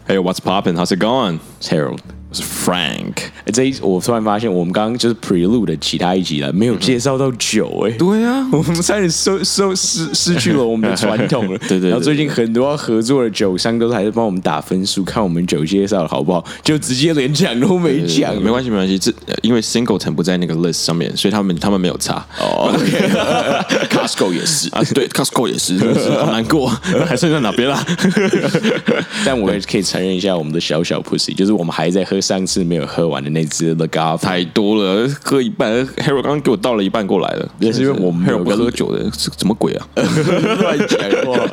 Hey, what's poppin'? How's it going? It's Harold， 我是 Frank。 我突然发现，我们刚刚就是 prelude 的其他一集了，没有介绍到酒对啊， 我们差点失去了我们的传统了。 对。 然后最近很多要合作的酒商都还是帮我们打分数，看我们酒介绍的好不好，就直接连讲都没讲。 没关系，因为 Singleton 不在那个 list 上面，所以他们没有差。 Costco 也是啊，对 ，Costco 也是，好难过，还剩下哪边啦？ 但我也可以承认一下我们的小 pussy， 就是我们还在喝上次没有喝完的那支 The God， 太多了，喝一半。Harold 刚刚给我倒了一半过来了， 也是因为我们 Harold 不喝酒的，什么鬼啊？ 乱讲话。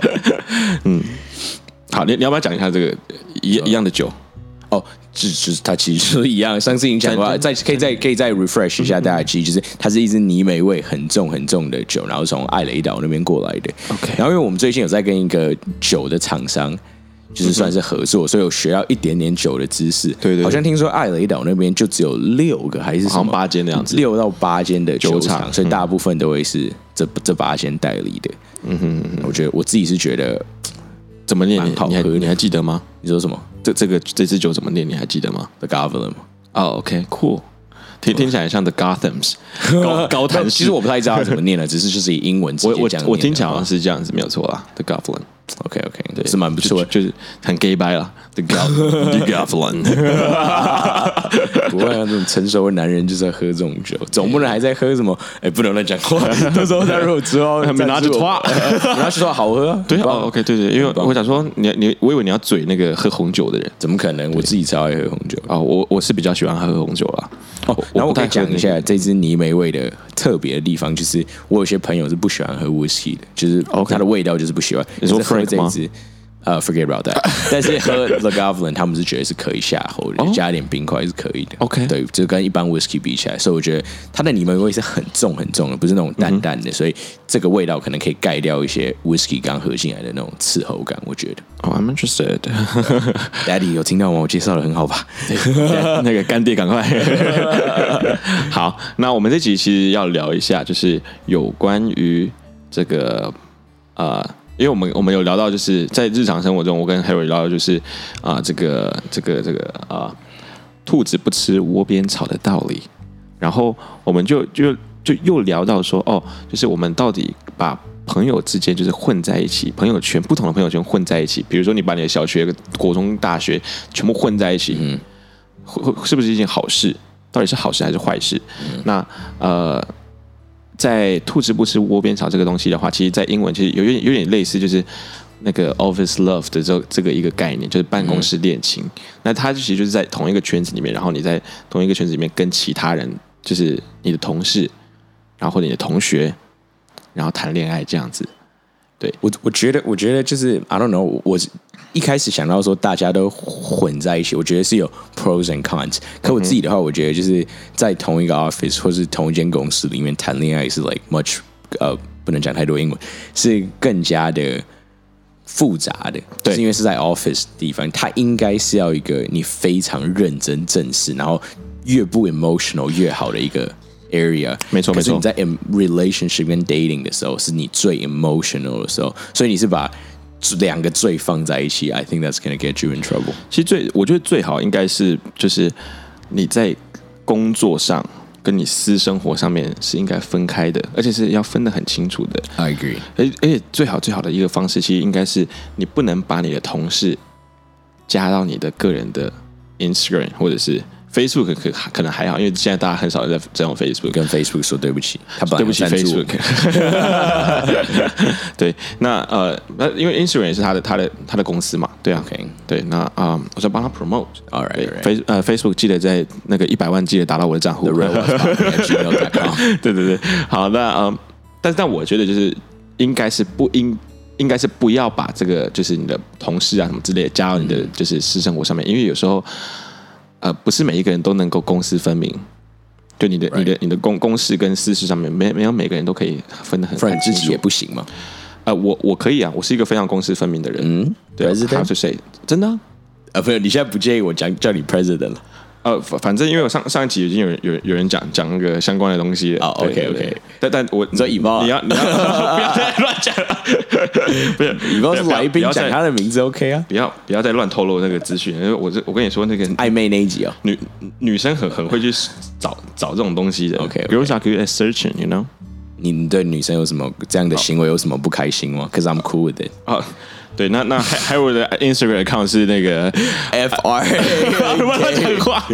好，你要不要讲一下这个一样的酒？ 哦，就是它其实就是一样，上次已经讲过，可以再 refresh 一下大家记忆，就是它是一支泥煤味很重的酒，然后从艾雷岛那边过来的。 OK， 然后因为我们最近有在跟一个酒的厂商，就是算是合作，所以有学到一点点酒的知识。 对， 好像听说艾雷岛那边就只有6个还是什么 8间的样子 ，6到8间的酒厂，所以大部分都会是这8间代理的。我自己是觉得怎么念？你还记得吗？ 你说什么？ 这支酒怎么念？你还记得吗 ？The Goblin 吗？ 哦 ，OK，cool， 听起来像 The Gothams 高谭市。 其实我不太知道怎么念了，只是就是以英文直接讲。 我听起来好像是这样子，没有错啦。The Goblin。OK， 对， 是蛮不错的， 就是很 gay 掰啦。The Goblin。 不会啊，这种成熟的男人就是在喝这种酒，总不能还在喝什么？不能乱讲话。到时候他如果之后没拿去拖， 拿去拖好喝啊。 对哦 ，OK， 对，因为我想说我以为你要嘴那个喝红酒的人， 怎么可能？我自己超爱喝红酒啊，我是比较喜欢喝红酒啦。 然后我可以讲一下这支泥煤味的特别的地方，就是我有些朋友是不喜欢喝 whisky 的，就是它的味道就是不喜欢。 你说 Frank 吗 ？Forget about that 。但是喝 The Goblin 他们是觉得是可以下喉的，加点冰块是可以的。 OK， 对，就跟一般 whisky 比起来，所以我觉得它的泥煤味是很重的，不是那种淡淡的，所以这个味道可能可以盖掉一些 whisky 刚喝进来的那种刺喉感。我觉得。 I'm interested 。 Daddy 有听到吗？我介绍的很好吧？ 那个干爹赶快。好，那我们这集其实要聊一下，就是有关于这个因为我们有聊到，就是在日常生活中，我跟 Harry 聊到就是这个兔子不吃窝边草的道理，然后我们就又聊到说，就是我们到底把朋友之间就是混在一起，不同的朋友圈混在一起，比如说你把你的小学、国中、大学全部混在一起，是不是一件好事？到底是好事还是坏事？那在兔子不吃窝边草这个东西的话，其实在英文其实有点类似，就是那个 office love 的这个一个概念，就是办公室恋情。那它其实就是在同一个圈子里面，然后你在同一个圈子里面跟其他人，就是你的同事，然后或者你的同学，然后谈恋爱这样子。对， 我觉得就是 I don't know， 我一开始想到说大家都混在一起，我觉得是有 pros and cons。可我自己的话，我觉得就是在同一个 office 或是同一间公司里面谈恋爱是 like much 不能讲太多英文，是更加的复杂的。对，因为是在 office 地方，它应该是要一个你非常认真正式，然后越不 emotional 越好的一个area。 没错。 可是你在 relationship 跟 dating 的时候，是你最 emotional 的时候，所以你是把2个最放在一起 ，I think that's gonna get you in trouble。 其实我觉得最好应该是就是你在工作上跟你私生活上面是应该分开的，而且是要分得很清楚的。 I agree。 而且最好的一个方式，其实应该是你不能把你的同事加到你的个人的 Instagram 或者是 Facebook 可能还好，因为现在大家很少在用 Facebook， 跟 Facebook 说对不起， 对不起 Facebook。对，那因为 Instagram 也是他的公司嘛，对啊， okay。 对，那我在帮他 promote。 All right。 Facebook 记得在那个100万记得打到我的账户。 gmail.com。 对，好，那但我觉得就是应该是不要把这个就是你的同事啊什么之类的加到你的就是私生活上面，因为有时候不是每一个人都能够公私分明。就你的公事跟私事上面，没有每个人都可以分得很清楚。 自己也不行吗？ 我可以啊，我是一个非常公私分明的人。对， President？ How to say？ 真的不是，你现在不介意我叫你 President 了？ 反正因为我上一集已经有人讲那个相关的东西了。 OK， 但我你说以包， 你要不要再乱讲了，不是以包是来宾讲他的名字 OK 啊， 不要再乱透露那个资讯，因为我跟你说那个暧昧那一集哦， 女生很会去找这种东西的。Girls are good at searching，you know。 你对女生有什么这样的行为有什么不开心吗 ？Cause I'm cool with it。 对，那还有我的 Instagram account 是那个 FR， 乱讲话。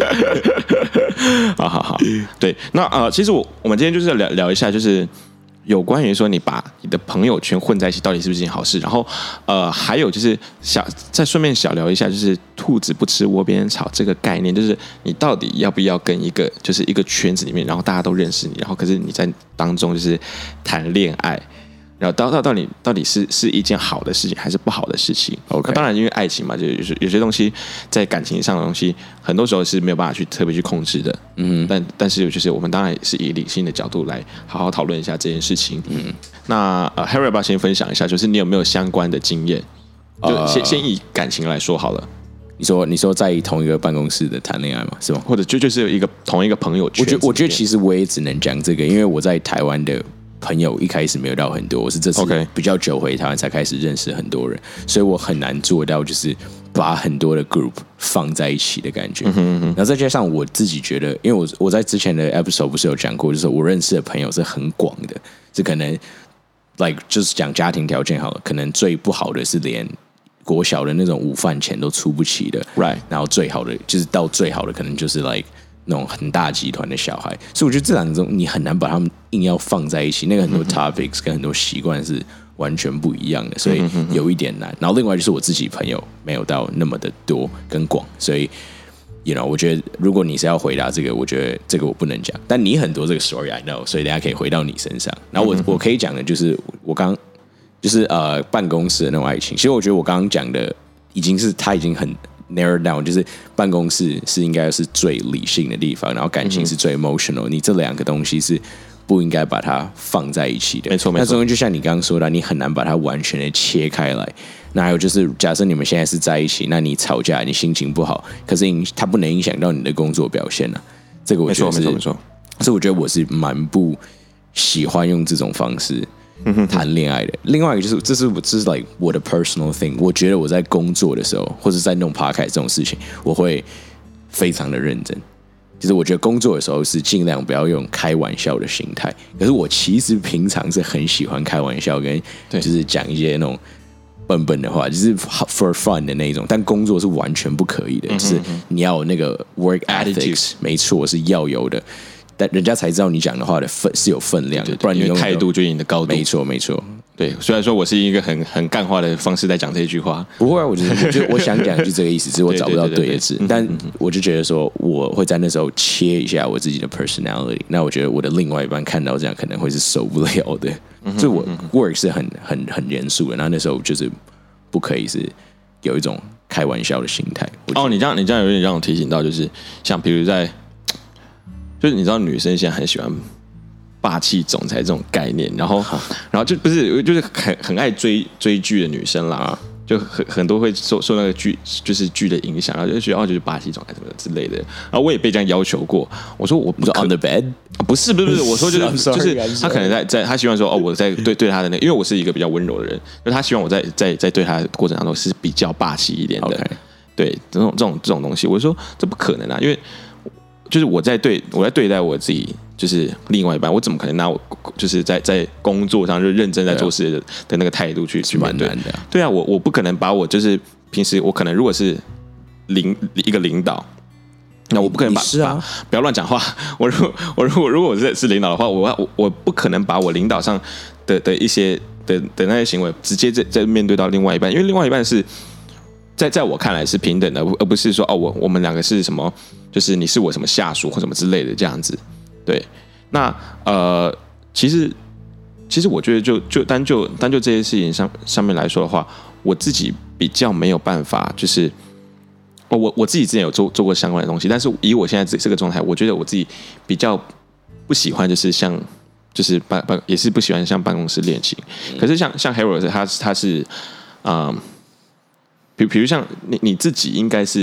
好，对，那其实我们今天就是聊一下，就是有关于说你把你的朋友圈混在一起，到底是不是一件好事？然后还有就是再顺便小聊一下，就是兔子不吃窝边草这个概念，就是你到底要不要跟一个圈子里面，然后大家都认识你，然后可是你在当中就是谈恋爱。然后到底是一件好的事情还是不好的事情 ？OK， 那当然因为爱情嘛，就有些东西在感情上的东西，很多时候是没有办法去特别去控制的。但是就是我们当然是以理性的角度来好好讨论一下这件事情。那Harry 要不要先分享一下，就是你有没有相关的经验？就先以感情来说好了。 你说在同一个办公室的谈恋爱吗？是吗？ 或者就是有同一个朋友圈？ 我觉得其实我也只能讲这个，因为我在台湾的朋友一开始没有到很多，我是这次比较久回台湾才开始认识很多人，所以我很难做到就是把很多的 group 放在一起的感觉。然后再加上我自己觉得，因为我在之前的 episode 不是有讲过，就是我认识的朋友是很广的，是可能 like 就是讲家庭条件好了，可能最不好的是连国小的那种午饭钱都出不起的 ，right？ 然后最好的就是到最好的可能就是 like。那种很大集团的小孩，所以我觉得这两种你很难把他们硬要放在一起，那个很多 topics 跟很多习惯是完全不一样的，所以有一点难。然后另外就是我自己朋友没有到那么的多跟广，所以 我觉得如果你是要回答这个，我觉得这个我不能讲，但你很多这个 story I know， 所以大家可以回到你身上。然后我可以讲的就是我刚就是办公室的那种爱情，其实我觉得我刚刚讲的他已经很narrow down， 就是办公室是应该是最理性的地方，然后感情是最 emotional，你这两个东西是不应该把它放在一起的。 没错。 那中间就像你刚刚说的，你很难把它完全的切开来。那还有就是，假设你们现在是在一起，那你吵架，你心情不好，可是它不能影响到你的工作表现啊。这个我觉得是没错。 所以我觉得我是蛮不喜欢用这种方式谈恋爱的。另外一个就是，这是 like 我的 personal thing。我觉得我在工作的时候，或者在弄 podcast 这种事情，我会非常的认真。就是我觉得工作的时候是尽量不要用开玩笑的心态。可是我其实平常是很喜欢开玩笑，跟就是讲一些那种笨的话，就是 for fun 的那种。但工作是完全不可以的，就是你要有那个 work ethics， 没错，是要有的。但人家才知道你讲的话的是有分量的，不然你用态度决定你的高度。 没错。 对，虽然说我是一个很干话的方式在讲这一句话， 不会啊，我想讲就这个意思，只是我找不到对的字。但我就觉得说，我会在那时候切一下我自己的 personality。那我觉得我的另外一半看到这样可能会是受不了的。所以我 work 是很严肃的，然后那时候就是不可以是有一种开玩笑的心态。 你这样有点让我提醒到，就是像比如就是你知道女生现在很喜欢霸气总裁这种概念，然后就不是就是很爱追剧的女生啦，就很多会受那个剧的影响，然后就觉得就是霸气总裁什么之类的。然后我也被这样要求过，我说我不是 on the bed， 不是，我说就是他可能在他希望说我在对他的因为我是一个比较温柔的人，就他希望我在对他的过程当中是比较霸气一点的。 Okay. 对这种东西，我就说这不可能啊，因为就是我在对待我自己，就是另外一半，我怎么可能拿我就是在工作上就认真在做事的那个态度去面对？对啊，我不可能把我就是平时我可能如果是一个领导，那我不可能不要乱讲话。如果我是领导的话，我不可能把我领导上的一些的那些行为直接在面对到另外一半，因为另外一半是。在我看来是平等的，而不是说我们两个是什么，就是你是我什么下属或什么之类的这样子。对，那其实我觉得就单就这些事情上面来说的话，我自己比较没有办法，就是我自己之前有做过相关的东西，但是以我现在这个状态，我觉得我自己比较不喜欢，就是就是也是不喜欢像办公室恋情。可是像 Harold 他是比如像你自己应该是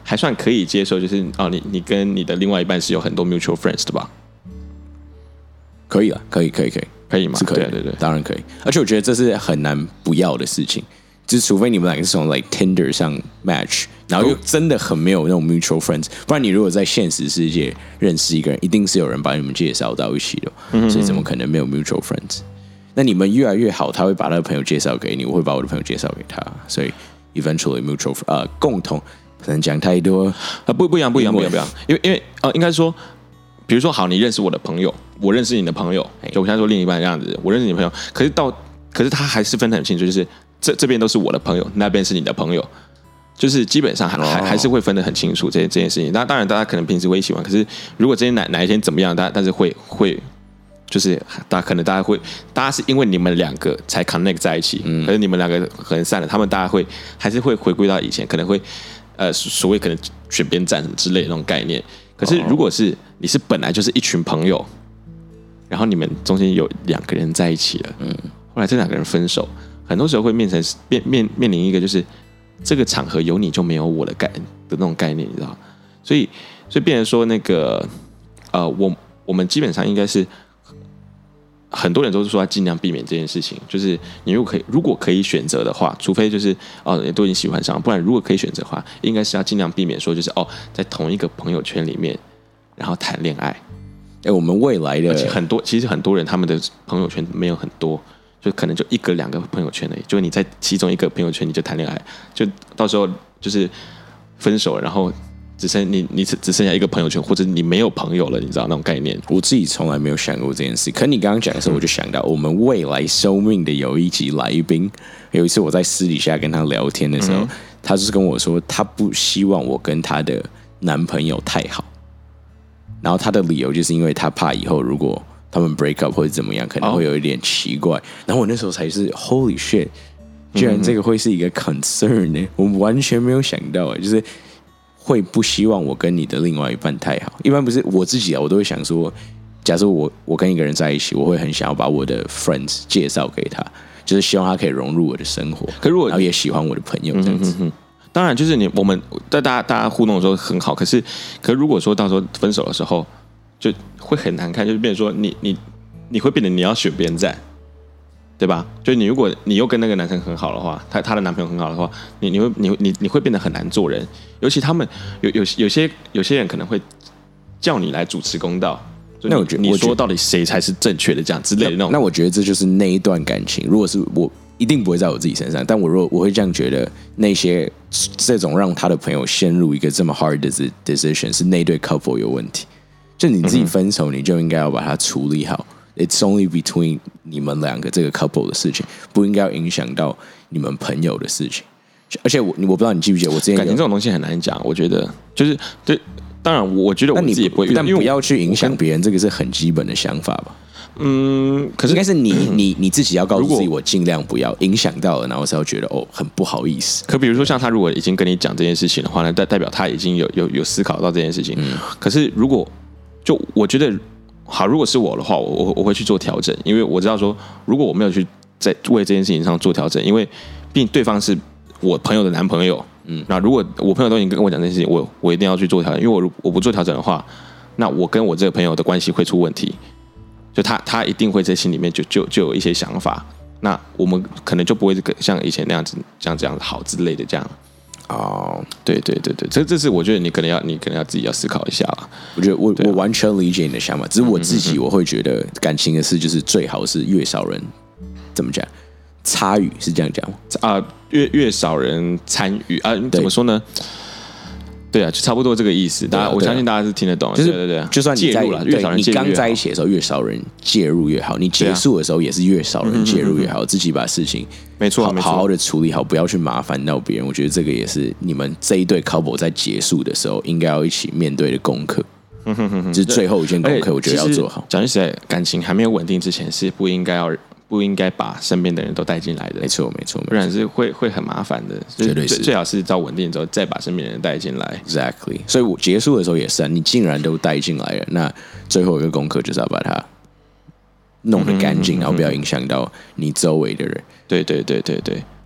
还算可以接受，就是你跟你的另外一半是有很多 mutual friends 的吧？ 可以啊，可以吗？ 是可以， 对， 当然可以。而且我觉得这是很难不要的事情，就是除非你们两个是从 like Tinder 上 match， 然后又真的很没有那种 mutual friends， 不然你如果在现实世界认识一个人，一定是有人把你们介绍到一起的，所以怎么可能没有 mutual friends？ 那你们越来越好，他会把他的朋友介绍给你，我会把我的朋友介绍给他，所以 eventually mutual 共同不能讲太多不一样，因为应该说。比如说，好，你认识我的朋友，我认识你的朋友，就我现在说另一半这样子，我认识你的朋友，可是他还是分得很清楚，就是这边都是我的朋友，那边是你的朋友，就是基本上还是会分得很清楚这件事情。当然，大家可能平时会喜欢，可是如果今天哪一天怎么样，但是会就是大家是因为你们两个才 connect 在一起，可是你们两个可能散了，大家还是会回归到以前，可能会所谓可能选边站什么之类的那种概念。可是如果是你是本来就是一群朋友，然后你们中间有两个人在一起了，后来这两个人分手，很多时候会面临一个就是这个场合有你就没有我的那种概念，你知道？所以变成说那个我们基本上应该是很多人都是说要尽量避免这件事情，就是你如果可以选择的话，除非就是都已经喜欢上了，不然如果可以选择的话，应该是要尽量避免说就是在同一个朋友圈里面，然后谈恋爱。 我们未来的其实很多人他们的朋友圈没有很多，就可能就1个2个朋友圈而已，就你在其中一个朋友圈你就谈恋爱，就到时候就是分手了，然后只剩下一个朋友圈，或者你没有朋友了，你知道那种概念。 我自己从来没有想过这件事，可你刚刚讲的时候，我就想到我们未来收命的有一集来宾，有一次我在私底下跟他聊天的时候，他就是跟我说，他不希望我跟他的男朋友太好，然后他的理由就是因为他怕以后如果他们 break up 或者怎么样，可能会有一点奇怪。然后我那时候才是 Holy shit， 居然这个会是一个 concern 呢，我完全没有想到，就是会不希望我跟你的另外一半太好。一般不是我自己我都会想说，假设我跟一个人在一起，我会很想要把我的 friends 介绍给他，就是希望他可以融入我的生活， 可如果然后也喜欢我的朋友这样子。 当然，就是我们在大家互动的时候很好，可是如果说到时候分手的时候，就会很难看，就是变成说你会变得你要选边站，对吧？就是如果你又跟那个男生很好的话，他的男朋友很好的话，你会变得很难做人，尤其他们有些人可能会叫你来主持公道。那我觉得你说到底谁才是正确的这样之类的那种。 那我觉得这就是那一段感情，如果是我一定不会在我自己身上，但我会这样觉得，那些这种让他的朋友陷入一个这么 hard 的 decision 是那对 couple 有问题。就你自己分手，你就应该要把它处理好。It's only between 你们两个这个 couple 的事情，不应该要影响到你们朋友的事情。而且我不知道你记不记得，我之前感情这种东西很难讲，我觉得就是当然，我觉得我自己也不会遇到， 但不要去影响别人，这个是很基本的想法吧。 可是应该是你自己要告诉自己，我尽量不要影响到了，然后才会觉得很不好意思。 可比如说像他如果已经跟你讲这件事情的话呢，代表他已经有思考到这件事情。可是如果我觉得好，如果是我的话，我会去做调整，因为我知道说，如果我没有去在为这件事情上做调整，因为毕竟对方是我朋友的男朋友，那如果我朋友都已经跟我讲这件事情，我一定要去做调整，因为我不做调整的话，那我跟我这个朋友的关系会出问题，就他一定会在心里面就有一些想法，那我们可能就不会像以前那样子这样好之类的这样。对，这是我觉得你可能要自己要思考一下啦。 我觉得我完全理解你的想法，只是我自己我会觉得感情的事就是最好是越少人怎么讲参与，是这样讲吗？ 越少人参与啊？怎么说呢？对啊，就差不多这个意思。我相信大家是听得懂。 就是对， 就算你介入了，越少人介入越好。 你刚在一起的时候，越少人介入越好；你结束的时候，也是越少人介入越好。自己把事情没错好好的处理好，不要去麻烦到别人。我觉得这个也是你们这一对 couple 在结束的时候应该要一起面对的功课。就是最后一件功课，我觉得要做好。 讲句实在，感情还没有稳定之前，是不应该把身边的人都带进来的。 没错， 不然是会很麻烦的。 绝对是， 最好是到稳定之后再把身边的人带进来。 Exactly。所以我结束的时候也是，你竟然都带进来了，那最后一个功课就是要把它弄得干净，然后不要影响到你周围的人。 对。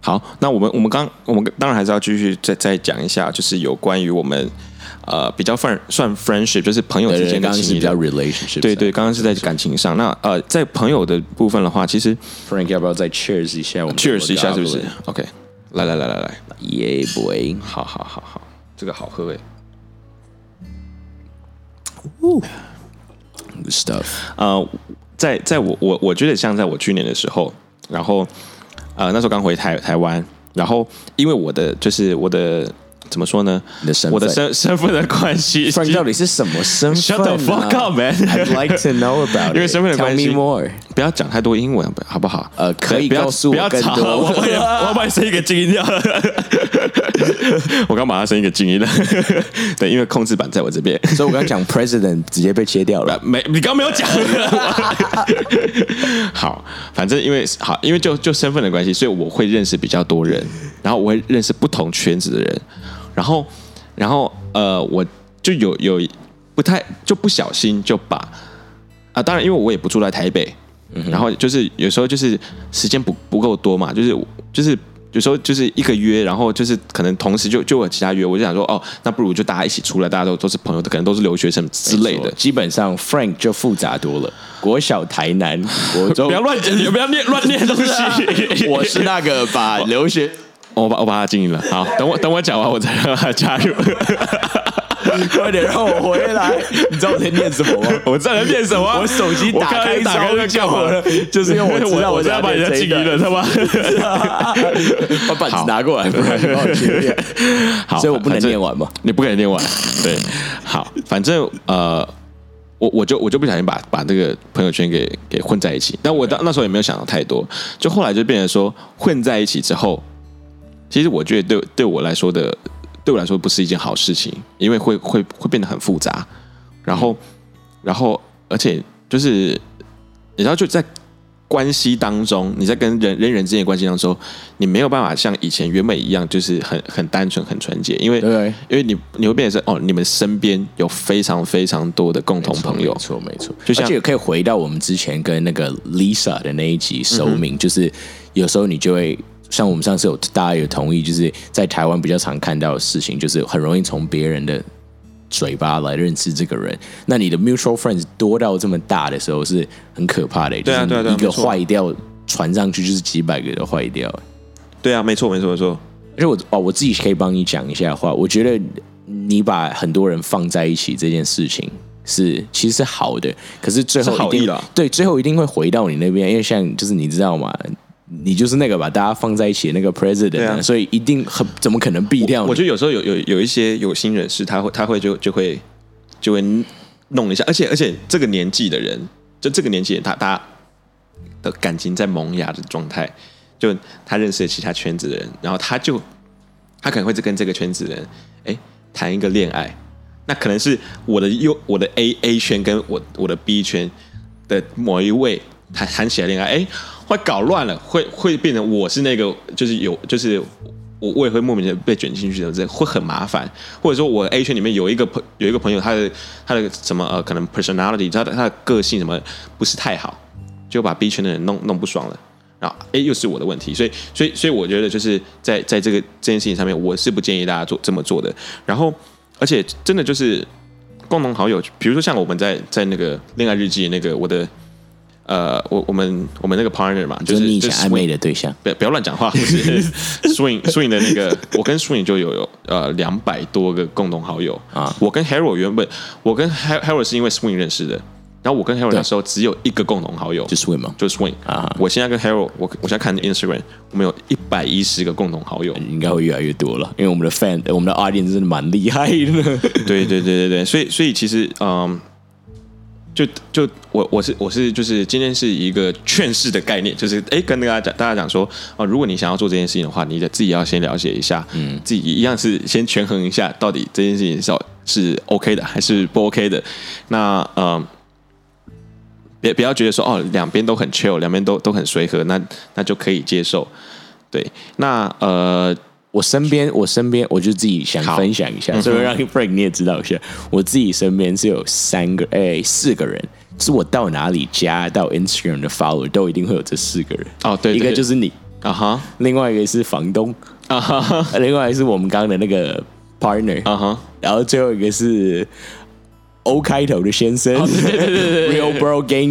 好，那我们当然还是要继续再讲一下，就是有关于我们比较算 friendship， 就是朋友之间的情谊， 比较 relationship。 对对，刚刚是在感情上。那在朋友的部分的话，其实 Frank 要不要再 cheers 一下？我们 cheers 一下是不是 ？OK， 来 ，Yeah boy， 好，这个好喝哎。 Good stuff。 在我觉得像在我去年的时候，然后那时候刚回台湾，然后因为我的怎么说呢？我的身份的关系 ，Frank 到底是什么身份 ？Shut the fuck up, man! I'd like to know about it. 因为身份的关系 ，Tell me more. 不要讲太多英文，好不好？ 可以告诉我更多。 我要把你升一个静音掉。我刚把它升一个静音了。对，因为控制板在我这边， 所以我刚讲 President 直接被切掉了。 你刚没有讲。好，反正因为就身份的关系，所以我会认识比较多人，然后我会认识不同圈子的人。然后我就有不小心就把当然因为我也不住在台北，然后就是有时候就是时间不够多嘛，就是有时候就是一个约，然后就是可能同时就有其他约，我就想说那不如就大家一起出来，大家都是朋友，可能都是留学生之类的。 基本上 Frank 就复杂多了，国小台南，国中不要乱讲，不要乱念东西。 我是那个把留学。 我把它静音了。好，等我讲完，我再让他加入。 快点让我回来！你知道我在念什么吗？ 我知道你在念什么。我手机打开就叫我了， 就是因为我知道我在把你的静音了，他妈！ 把板子拿过来，不然你帮我切片。好，所以我不能念完嘛？ 你不可能念完。对，好，反正我就不小心把这个朋友圈给混在一起，但我那时候也没有想到太多，就后来就变成说混在一起之后。其实我觉得对我来说不是一件好事情，因为会变得很复杂，然后而且就是你知道就在关系当中，你在跟人之间的关系当中，你没有办法像以前原本一样，就是很单纯很纯洁，因为你会变成你们身边有非常非常多的共同朋友， 没错，而且可以回到我们之前跟那个 Lisa 的那一集首名，就是有时候你就会。像我们上次大家有同意，就是在台湾比较常看到的事情，就是很容易从别人的嘴巴来认识这个人。那你的 mutual friends 多到这么大的时候，是很可怕的。 对啊， 就是一个坏掉，传上去就是几百个都坏掉。 对啊，没错。 而且我自己可以帮你讲一下的话，我觉得你把很多人放在一起这件事情。其实是好的，可是最后一定对，最后一定会回到你那边，因为像就是你知道吗？你就是那个把大家放在一起的那个 president，所以一定怎么可能避掉？ 我觉得有时候有一些有心人士，他会就会弄一下，而且这个年纪的人，就这个年纪人，他的感情在萌芽的状态，就他认识了其他圈子的人，然后他可能会跟这个圈子的人，谈一个恋爱，那可能是我的 A 圈跟我的 B 圈的某一位谈起来恋爱，会搞乱了，会变成我是那个，就是我也会莫名的被卷进去的，会很麻烦。或者说我 A 圈里面有一个朋友，他的什么可能 personality， 他的个性什么不是太好，就把 B 圈的人弄不爽了。然后又是我的问题，所以我觉得就是在这件事情上面，我是不建议大家这么做的。然后而且真的就是共同好友，比如说像我们在那个恋爱日记那个我的。我们那个 partner 嘛，就是你以前暧昧的对象， 不要乱讲话。swing 的那个，我跟 swing 就有200多个共同好友啊。我跟 Harold 是因为 swing 认识的，然后我跟 Harold 那时候只有一个共同好友， 就 swing 嘛， 就 swing 啊。我现在跟 Harold， 我现在看 Instagram， 我们有110个共同好友， 应该会越来越多了，因为我们的 fan， 我们的 audience 真的蛮厉害的。 对，所以其实就我是就是今天是一个劝世的概念，就是跟大家讲说如果你想要做这件事情的话，你自己要先了解一下，自己一样是先权衡一下，到底这件事情是 OK 的还是不 OK 的。那不要觉得说两边都很 chill， 两边都很随和，那就可以接受。对，那我身边，我就自己想分享一下，所以让 Frank 你也知道一下，我自己身边是有4个人，是我到哪里加到 Instagram 的 follower 都一定会有这4个人。 对， 一个就是你， 啊哈， 另外一个是房东啊哈， 另外一个是我们刚刚的那个 partner 啊哈， 然后最后一个是 O 开头的先生，Real Bro Gang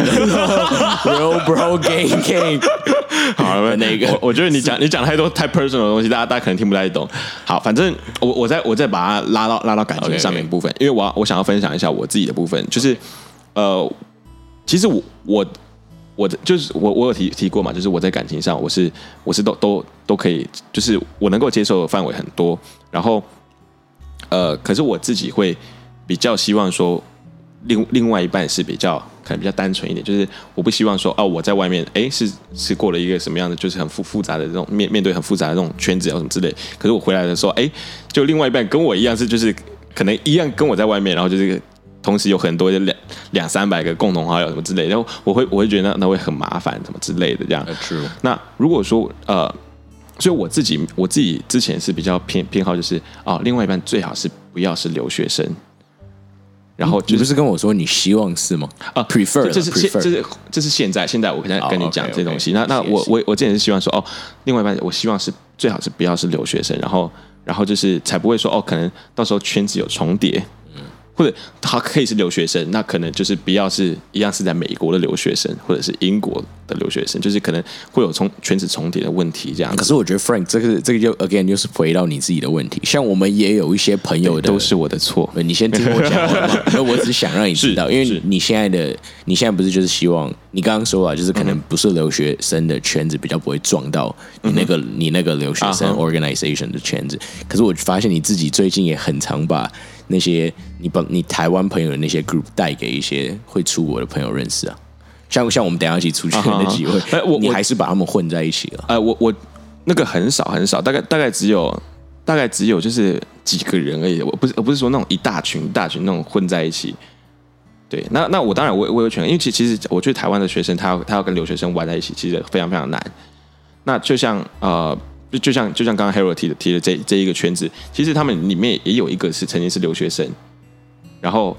Gang，Real Bro Gang Gang。 好了，那个我觉得你讲太多太 personal 的东西，大家可能听不太懂。好，反正我再把它拉到感情上面部分，因为我想要分享一下我自己的部分，就是其实我就是我有提过嘛，就是我在感情上我是都可以，就是我能够接受的范围很多，然后可是我自己会比较希望说另外一半是可能比较单纯一点，就是我不希望说我在外面是过了一个什么样的，就是很复杂的这种面对很复杂的这种圈子啊什么之类，可是我回来的时候就另外一半跟我一样是就是可能一样跟我在外面，然后就是同时有很多200-300个共同好友什么之类的，然后我会觉得那会很麻烦什么之类的这样。那如果说所以我自己之前是比较偏好就是另外一半最好是不要是留学生。然后你不是跟我说你希望是吗？prefer， 这是现在我可以跟你讲这些东西。那我之前是希望说另外一半我希望是最好是不要是留学生，然后就是才不会说可能到时候圈子有重叠。或者他可以是留学生，那可能就是不要是一样是在美国的留学生，或者是英国的留学生，就是可能会有圈子重叠的问题这样子。 可是我觉得 Frank 这个就 again 就是回到你自己的问题，像我们也有一些朋友的都是我的错。 你先听我讲完嘛，因为我只是想让你知道，因为你现在不是就是希望你刚刚说了，就是可能不是留学生的圈子比较不会撞到你那个留学生 organization 的圈子。可是我发现你自己最近也很常把那些你台湾朋友的那些 group 带给一些会出国的朋友认识啊，像我们等一下一起出去的那几位，你还是把他们混在一起了。 我那个很少，大概只有就是几个人而已。我不是说那种一大群那种混在一起。对，那我当然我有权，因为其实我觉得台湾的学生他要跟留学生玩在一起，其实非常非常难。那就像就像刚刚 Harold 提的这一个圈子，其实他们里面也有一个是曾经是留学生，然后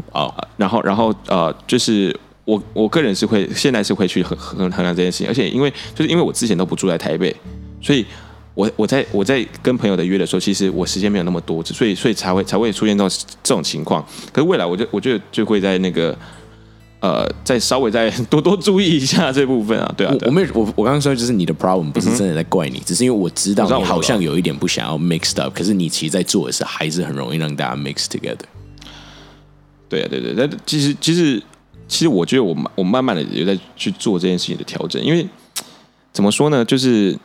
就是我个人现在是会去衡量这件事情，而且因为我之前都不住在台北，所以我在跟朋友的约的时候，其实我时间没有那么多，所以才会出现到这种情况。可是未来我觉得就会在那个。再稍微再多注意一下这部分啊，对啊， 我刚刚说就是你的 problem 不是真的在怪你，只是因为我知道你好像有一点不想要 mixed up， 可是你其实在做的是还是很容易让大家 mix together。 对啊，对，但其实我觉得我慢慢的有在去做这件事情的调整，因为怎么说呢，就是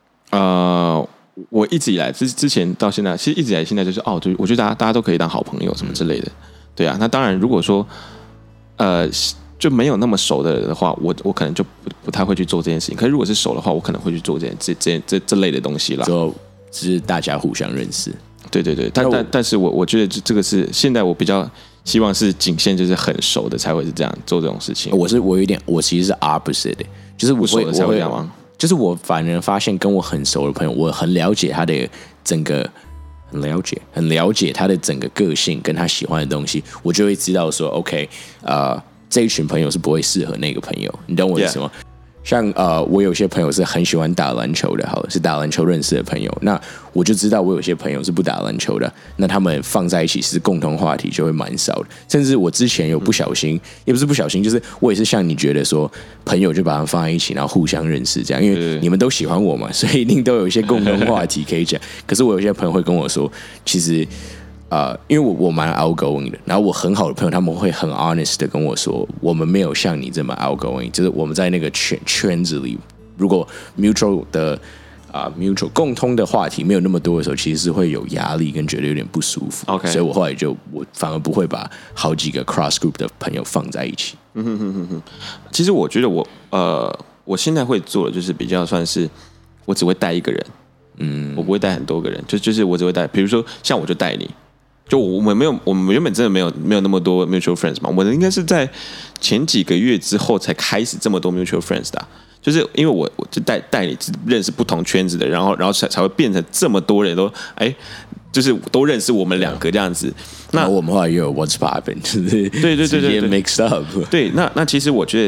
我一直以来之前到现在，其实一直以来现在就是对，我觉得大家都可以当好朋友什么之类的，对啊，那当然如果说。就没有那么熟的人的话，我可能就不太会去做这件事情。可是如果是熟的话，我可能会去做这类的东西啦。 就是大家互相认识。 对，但是我觉得这个是现在我比较希望是仅限就是很熟的才会是这样做这种事情。 我其实是 opposite 的，就是不熟的才会这样吗？ 就是我反而发现跟我很熟的朋友，我很了解他的整个。很了解他的整个个性跟他喜欢的东西，我就会知道说 ，OK， 这一群朋友是不会适合那个朋友，你懂我意思吗？ 像我有些朋友是很喜欢打篮球的，好了，是打篮球认识的朋友，那我就知道我有些朋友是不打篮球的，那他们放在一起是共同话题就会蛮少的，甚至我之前有不小心，也不是不小心，就是我也是像你觉得说，朋友就把他们放在一起，然后互相认识这样，因为你们都喜欢我嘛，所以一定都有一些共同话题可以讲。可是我有些朋友会跟我说，其实。因为我蛮 outgoing 的，然后我很好的朋友他们会很 honest 的跟我说，我们没有像你这么 outgoing， 就是我们在那个圈子里，如果 mutual 共通的话题没有那么多的时候，其实是会有压力跟觉得有点不舒服。 Okay. 所以我后来我反而不会把好几个 cross group 的朋友放在一起。 其实我觉得我现在会做的就是比较算是我只会带一个人，我不会带很多个人，就是我只会带，比如说像我就带你。就我们原本真的没有那么多 mutual friends 嘛，我们应该是在前几个月之后才开始这么多 mutual friends 的就是因为我就带你认识不同圈子的，然后才会变成这么多人都就是都认识我们两个这样子。那我们后来又有 what's poppin'， 就是对 mixed up。 对，那其实我觉得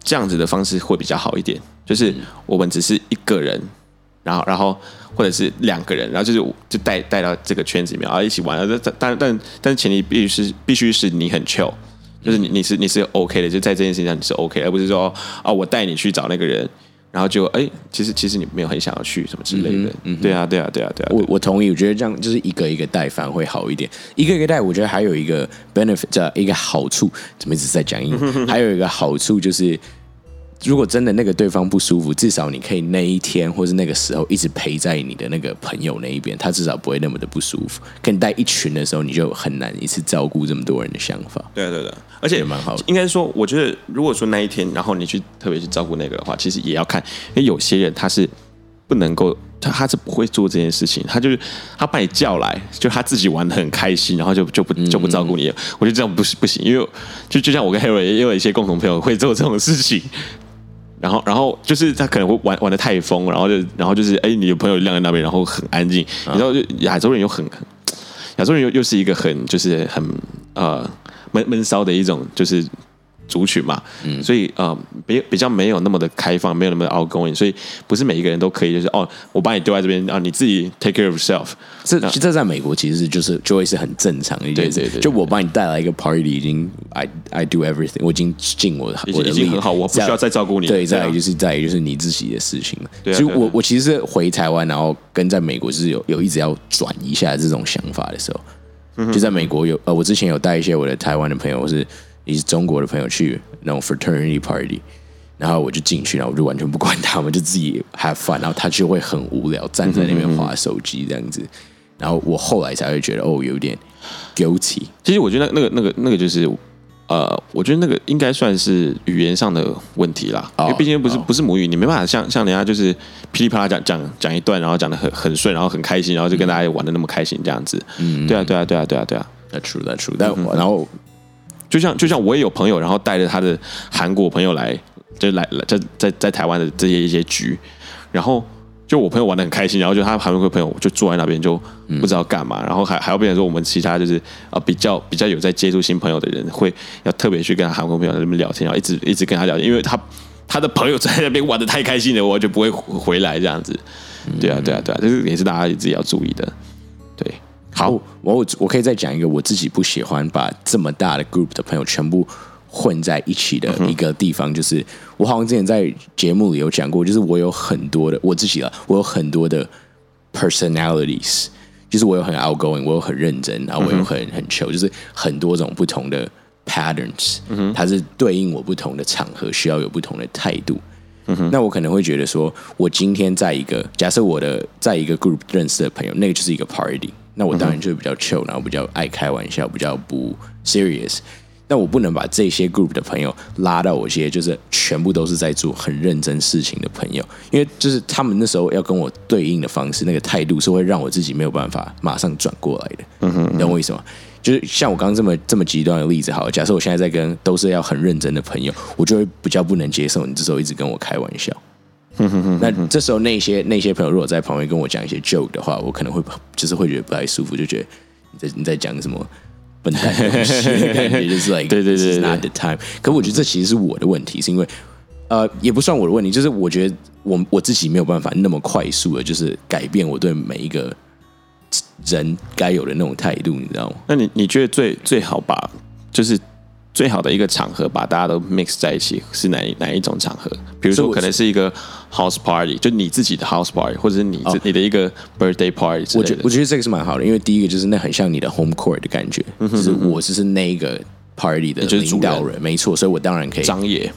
这样子的方式会比较好一点，就是我们只是一个人，然后或者是2个人，然后就带到这个圈子里面，然后一起玩。但是前提必须是你很 chill， 就是你是 OK 的，就在这件事情上你是 OK， 而不是说我带你去找那个人。然后就其实你没有很想要去什么之类的，对啊。 我同意，我觉得这样就是一个一个带反而会好一点。一个一个带，我觉得还有一个 benefit， 一个好处，怎么一直在讲英文？还有一个好处就是，如果真的那个对方不舒服，至少你可以那一天或是那个时候一直陪在你的那个朋友那一边，他至少不会那么的不舒服。跟你带一群的时候，你就很难一次照顾这么多人的想法。 对，而且蛮好的。 应该说，我觉得如果说那一天，然后你去特别去照顾那个的话，其实也要看，因为有些人他是不能够，他是不会做这件事情，他把你叫来，就他自己玩得很开心，然后就不照顾你。我觉得这样不行，因为就像我跟 Harry 也有一些共同朋友会做这种事情。然后就是他可能会玩得太疯，然后就是你的朋友晾在那边，然后很安静。你知道，亚洲人又是一个很就是很闷骚的一种就是族群嘛，所以比较没有那么的开放，没有那么的 outgoing， 所以不是每一个人都可以就是我把你丢在这边你自己 take care of yourself。 这在美国其实就会是很正常的一件事。对，就我把你带来一个 party， 已经 I do everything， 我已经尽我的力， 已经很好，我不需要再照顾你。 对，再来就是你自己的事情了。所以我其实是回台湾，然后跟在美国就是有一直要转一下这种想法的时候，就在美国我之前有带一些我的台湾的朋友或是中国的朋友去那种 fraternity party， 然后我就进去，然后我就完全不管他们，就自己 have fun， 然后他就会很无聊，站在那边滑手机这样子。然后我后来才会觉得有点 guilty。 其实我觉得那个就是我觉得那个应该算是语言上的问题啦，因为毕竟不是母语，你没办法像人家就是噼里啪啦讲一段，然后讲得很顺，然后很开心，然后就跟大家玩得那么开心这样子。对啊。 That's true。但然后就像我也有朋友，然后带着他的韩国朋友来，就在台湾的这些一些局，然后就我朋友玩得很开心，然后就他韩国朋友就坐在那边就不知道干嘛，然后还要变成说我们其他就是比较有在接触新朋友的人会要特别去跟韩国朋友在那边聊天，然后一直跟他聊天，因为他的朋友在那边玩得太开心了，我就不会回来这样子。对啊，这是也是大家自己要注意的。对。好， 我可以再讲一个我自己不喜欢把这么大的 group 的朋友全部混在一起的一个地方，就是我好像之前在节目里有讲过，就是我有很多的我自己我有很多的 personalities， 就是我有很 outgoing， 我有很认真，然后我有很 chill， 就是很多种不同的 patterns，它是对应我不同的场合需要有不同的态度。那我可能会觉得说，我今天假设我在一个 group 认识的朋友，那个就是一个 party。那我当然就比较 chill， 然后比较爱开玩笑，比较不 serious。但我不能把这些 group 的朋友拉到我这些就是全部都是在做很认真事情的朋友，因为就是他们那时候要跟我对应的方式，那个态度是会让我自己没有办法马上转过来的。你懂我意思吗？就是像我刚刚这么极端的例子，好，假设我现在在跟都是要很认真的朋友，我就会比较不能接受你这时候一直跟我开玩笑。那这时候那些朋友如果在旁边跟我讲一些 joke 的话，我可能会觉得不太舒服，就觉得你在讲什么笨蛋的东西的感觉，就是 like 对 this is not the time。可我觉得这其实是我的问题，是因为也不算我的问题，就是我觉得我自己没有办法那么快速的，就是改变我对每一个人该有的那种态度，你知道吗？ 那你觉得最好把就是最好的一个场合把大家都 mix 在一起是哪一种场合？比如说可能是一个 house party， 就你自己的 house party， 或者是你的一个 birthday party 之类的。 我觉得这个是蛮好的，因为第一个就是那很像你的 home court 的感觉，就是我就是那一个 party 的领导人，没错，所以我当然可以。 张野。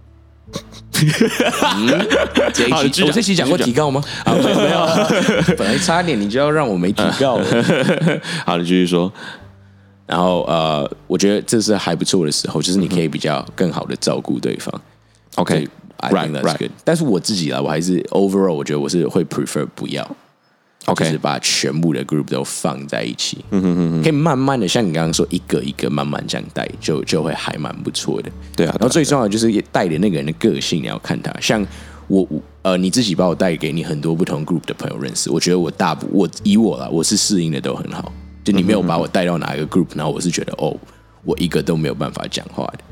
我这期讲过提告吗？没有，本来差点你就要让我没提告。 好，你继续说。 然后我觉得这是还不错的时候，就是你可以比较更好的照顾对方。 OK，I think that's good。但是我自己我还是 overall， 我觉得我是会 prefer 不要。 OK， 就是把全部的 group 都放在一起，可以慢慢的像你刚刚说一个一个慢慢这样带，就会还蛮不错的。 对啊， 然后最重要的就是带的那个人的个性，你要看他。像你自己把我带给你很多不同 group 的朋友认识，我觉得我是适应的都很好。就你没有把我带到哪一个 group， 然后我是觉得我一个都没有办法讲话的。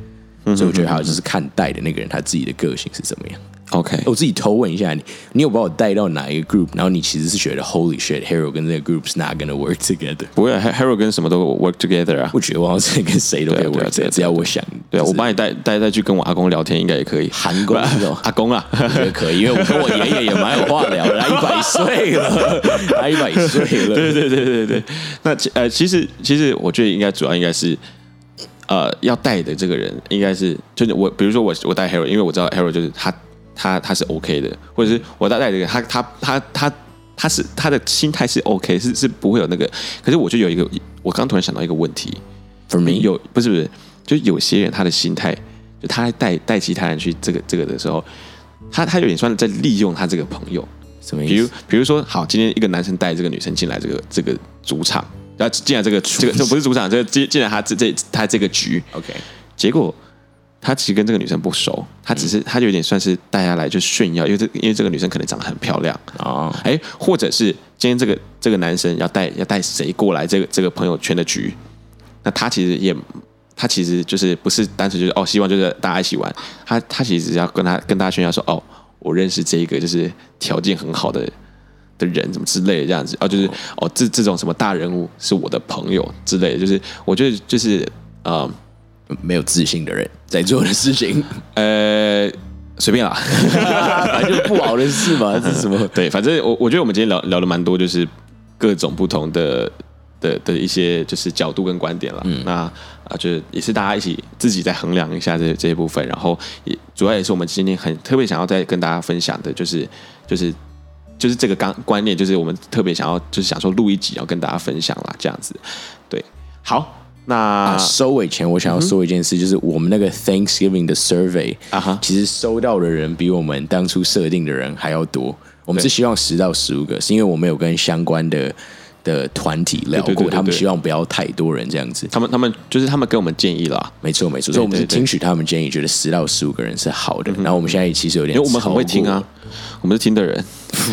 所以我觉得还有就是看带的那个人他自己的个性是怎么样。 OK， 我自己偷问一下你有把我带到哪一个 group， 然后你其实是觉得 Holy shit Hero 跟这个 group is not gonna work together？ 不会 Hero 跟什么都 work together 啊。 我觉得我好像跟谁都可以 work together，只要我想。 对啊，我把你带去跟我阿公聊天，应该也可以。 韩公那种阿公啊， 我觉得可以，因为我跟我爷爷也蛮有话聊的，他100岁了，他100岁了。 对。那其实我觉得主要应该是要带的这个人应该是就是我，比如说我带 Hero， 因为我知道 Hero 就是他是 OK 的，或者是我带这个他的心态是 OK， 是不会有那个。可是我就有一个，我刚突然想到一个问题 ，For me 不是，就有些人他的心态，就他带其他人去这个的时候，他有点算在利用他这个朋友。 什么意思？ 比如说，好，今天一个男生带这个女生进来这个主场，然后进来这不是主场，进来他这个局 ，OK， 结果他其实跟这个女生不熟，他就有点算是带下来就炫耀，因为这个女生可能长得很漂亮哦， 或者是今天这个男生要带谁过来这个朋友圈的局，那他其实就是不是单纯就是希望就是大家一起玩，他其实要跟大家炫耀说我认识这一个就是条件很好的人，什么之类的这样子，就是这种什么大人物是我的朋友之类的，就是我觉得就是没有自信的人在做的事情， 随便啦， 反正就不好的事嘛，这是什么？ 对，反正我觉得我们今天聊了蛮多，就是各种不同的一些就是角度跟观点了。那就是也是大家一起自己再衡量一下这些部分，然后主要也是我们今天很特别想要再跟大家分享的，就是这个观念，就是我们特别想说录一集要跟大家分享啦，这样子。对，好。那收尾前，我想要说一件事，就是我们那个 Thanksgiving 的 survey 其实收到的人比我们当初设定的人还要多。我们是希望10到15个，是因为我们有跟相关的团体聊过，他们希望不要太多人这样子。 他们就是他们给我们建议啦， 没错，所以我们是听取他们建议，觉得10到15个人是好的。然后我们现在其实有点， 因为我们很会听啊，我们是听的人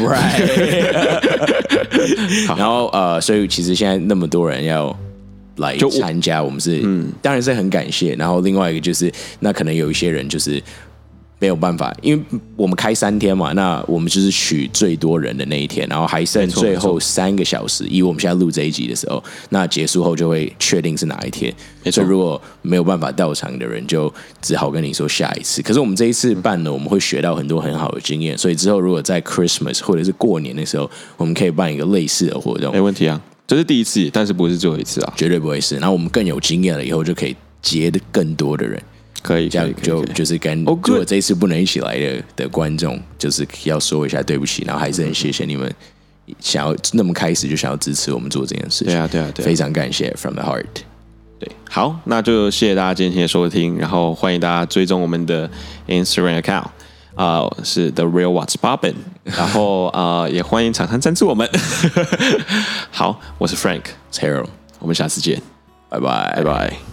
，right？ 然后所以其实现在那么多人要来参加，我们是当然是很感谢。然后另外一个就是，那可能有一些人就是没有办法，因为我们开3天嘛，那我们就是取最多人的那一天，然后还剩最后3个小时。以我们现在录这一集的时候，那结束后就会确定是哪一天。所以如果没有办法到场的人，就只好跟你说下一次。可是我们这一次办呢，我们会学到很多很好的经验，所以之后如果在 Christmas 或者是过年的时候，我们可以办一个类似的活动， 没问题啊。这是第一次，但是不是最后一次啊， 绝对不会是。然后我们更有经验了，以后就可以结的更多的人。 可以， 这样就是跟如果这一次不能一起来的观众，就是要说一下对不起，然后还是很谢谢你们想要那么开始就想要支持我们做这件事情。 对啊， 非常感谢 from the heart。 对，好，那就谢谢大家今天的收听，然后欢迎大家追踪我们的 Instagram account。是 The Real What's Poppin'， 然后也欢迎厂商赞助我们。好，我是 Frank， Harold， 我们下次见， 拜拜。